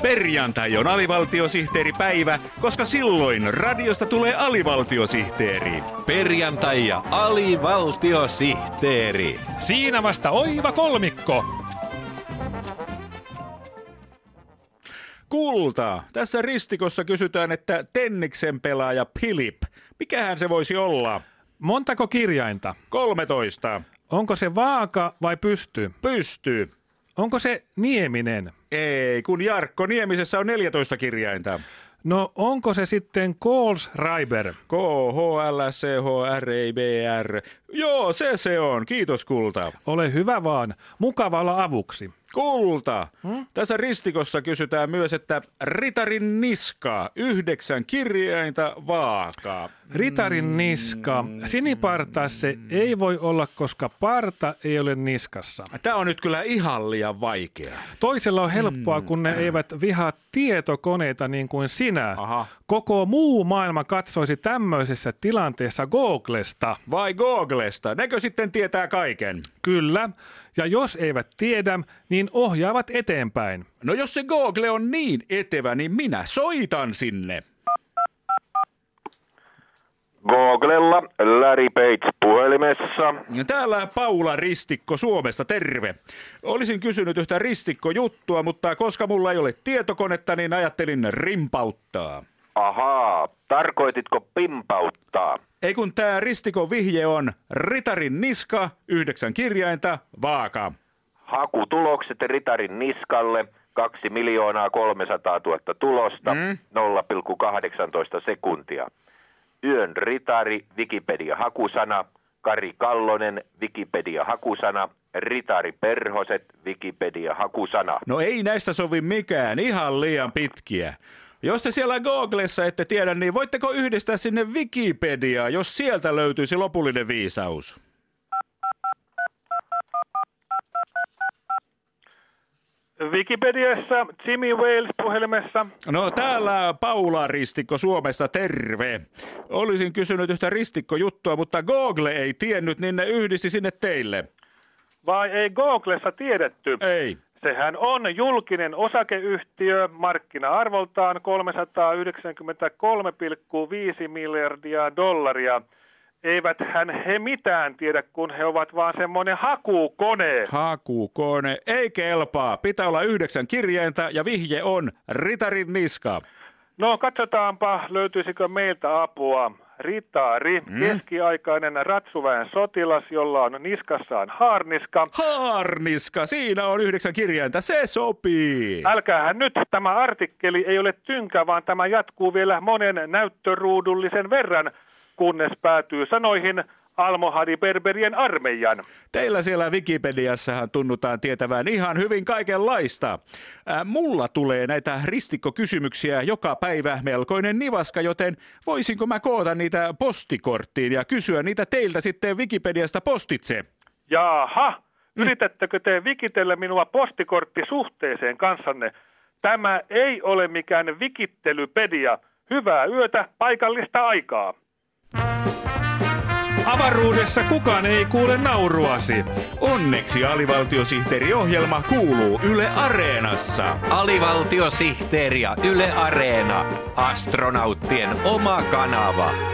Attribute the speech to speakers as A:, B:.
A: Perjantai on alivaltiosihteeripäivä, koska silloin radiosta tulee alivaltiosihteeri.
B: Perjantai ja alivaltiosihteeri.
C: Siinä vasta oiva kolmikko.
A: Kulta. Tässä ristikossa kysytään, että Tenniksen pelaaja Philip. Mikähän se voisi olla?
C: Montako kirjainta?
A: 13.
C: Onko se vaaka vai pysty?
A: Pysty.
C: Onko se Nieminen?
A: Ei, kun Jarkko Niemisessä on 14 kirjainta.
C: No onko se sitten Kohlschreiber?
A: K-H-L-C-H-R-I-B-R. Joo, se on. Kiitos, Kulta.
C: Ole hyvä vaan. Mukava olla avuksi.
A: Kulta. Tässä ristikossa kysytään myös, että ritarin niska, 9 kirjainta, vaaka.
C: Ritarin niska. Siniparta se ei voi olla, koska parta ei ole niskassa.
A: Tämä on nyt kyllä ihan liian vaikea.
C: Toisella on helppoa, kun ne eivät vihaa tietokoneita niin kuin sinä.
A: Aha.
C: Koko muu maailma katsoisi tämmöisessä tilanteessa Googlesta.
A: Vai Googlesta? Nekö sitten tietää kaiken?
C: Kyllä. Ja jos eivät tiedä, niin ohjaavat eteenpäin.
A: No jos se Google on niin etevä, niin minä soitan sinne.
D: Googlella Larry Page puhelimessa.
A: Täällä Paula Ristikko Suomesta, terve. Olisin kysynyt yhtä ristikkojuttua, mutta koska mulla ei ole tietokonetta, niin ajattelin rimpauttaa.
D: Ahaa, tarkoititko pimpauttaa?
A: Ei kun tää ristikon vihje on ritarin niska, 9 kirjainta, vaaka.
D: Hakutulokset ritarin niskalle, 2 300 000 tulosta, 0,18 sekuntia. Yön ritari, Wikipedia-hakusana, Kari Kallonen, Wikipedia-hakusana, Ritari Perhoset, Wikipedia-hakusana.
A: No ei näistä sovi mikään, ihan liian pitkiä. Jos te siellä Googlessa ette tiedä, niin voitteko yhdistää sinne Wikipediaa, jos sieltä löytyisi lopullinen viisaus?
E: Wikipediassa Jimmy Wales puhelimessa.
A: No täällä Paula Ristikko Suomessa, terve. Olisin kysynyt yhtä ristikkojuttua, mutta Google ei tiennyt, niin ne yhdisti sinne teille.
E: Vai ei Googlessa tiedetty?
A: Ei.
E: Sehän on julkinen osakeyhtiö markkina-arvoltaan $393,5 miljardia. Eiväthän he mitään tiedä, kun he ovat vaan semmoinen hakukone.
A: Hakukone. Ei kelpaa. Pitää olla 9 kirjainta ja vihje on ritarin niska.
E: No katsotaanpa, löytyisikö meiltä apua. Ritari, keskiaikainen ratsuväen sotilas, jolla on niskassaan haarniska.
A: Haarniska, siinä on 9 kirjainta, se sopii.
E: Älkäähän nyt, tämä artikkeli ei ole tynkä, vaan tämä jatkuu vielä monen näyttöruudullisen verran, kunnes päätyy sanoihin almohadi-berberien armeijan.
A: Teillä siellä Wikipediassahan tunnutaan tietävään ihan hyvin kaikenlaista. Mulla tulee näitä ristikkokysymyksiä joka päivä melkoinen nivaska, joten voisinko mä koota niitä postikorttiin ja kysyä niitä teiltä sitten Wikipediasta postitse?
E: Jaha, yritättekö te vikitellä minua postikorttisuhteeseen kanssanne? Tämä ei ole mikään vikittelypedia. Hyvää yötä, paikallista aikaa.
C: Avaruudessa kukaan ei kuule nauruasi.
A: Onneksi alivaltiosihteeriohjelma kuuluu Yle Areenassa.
B: Alivaltiosihteeri ja Yle Areena. Astronauttien oma kanava.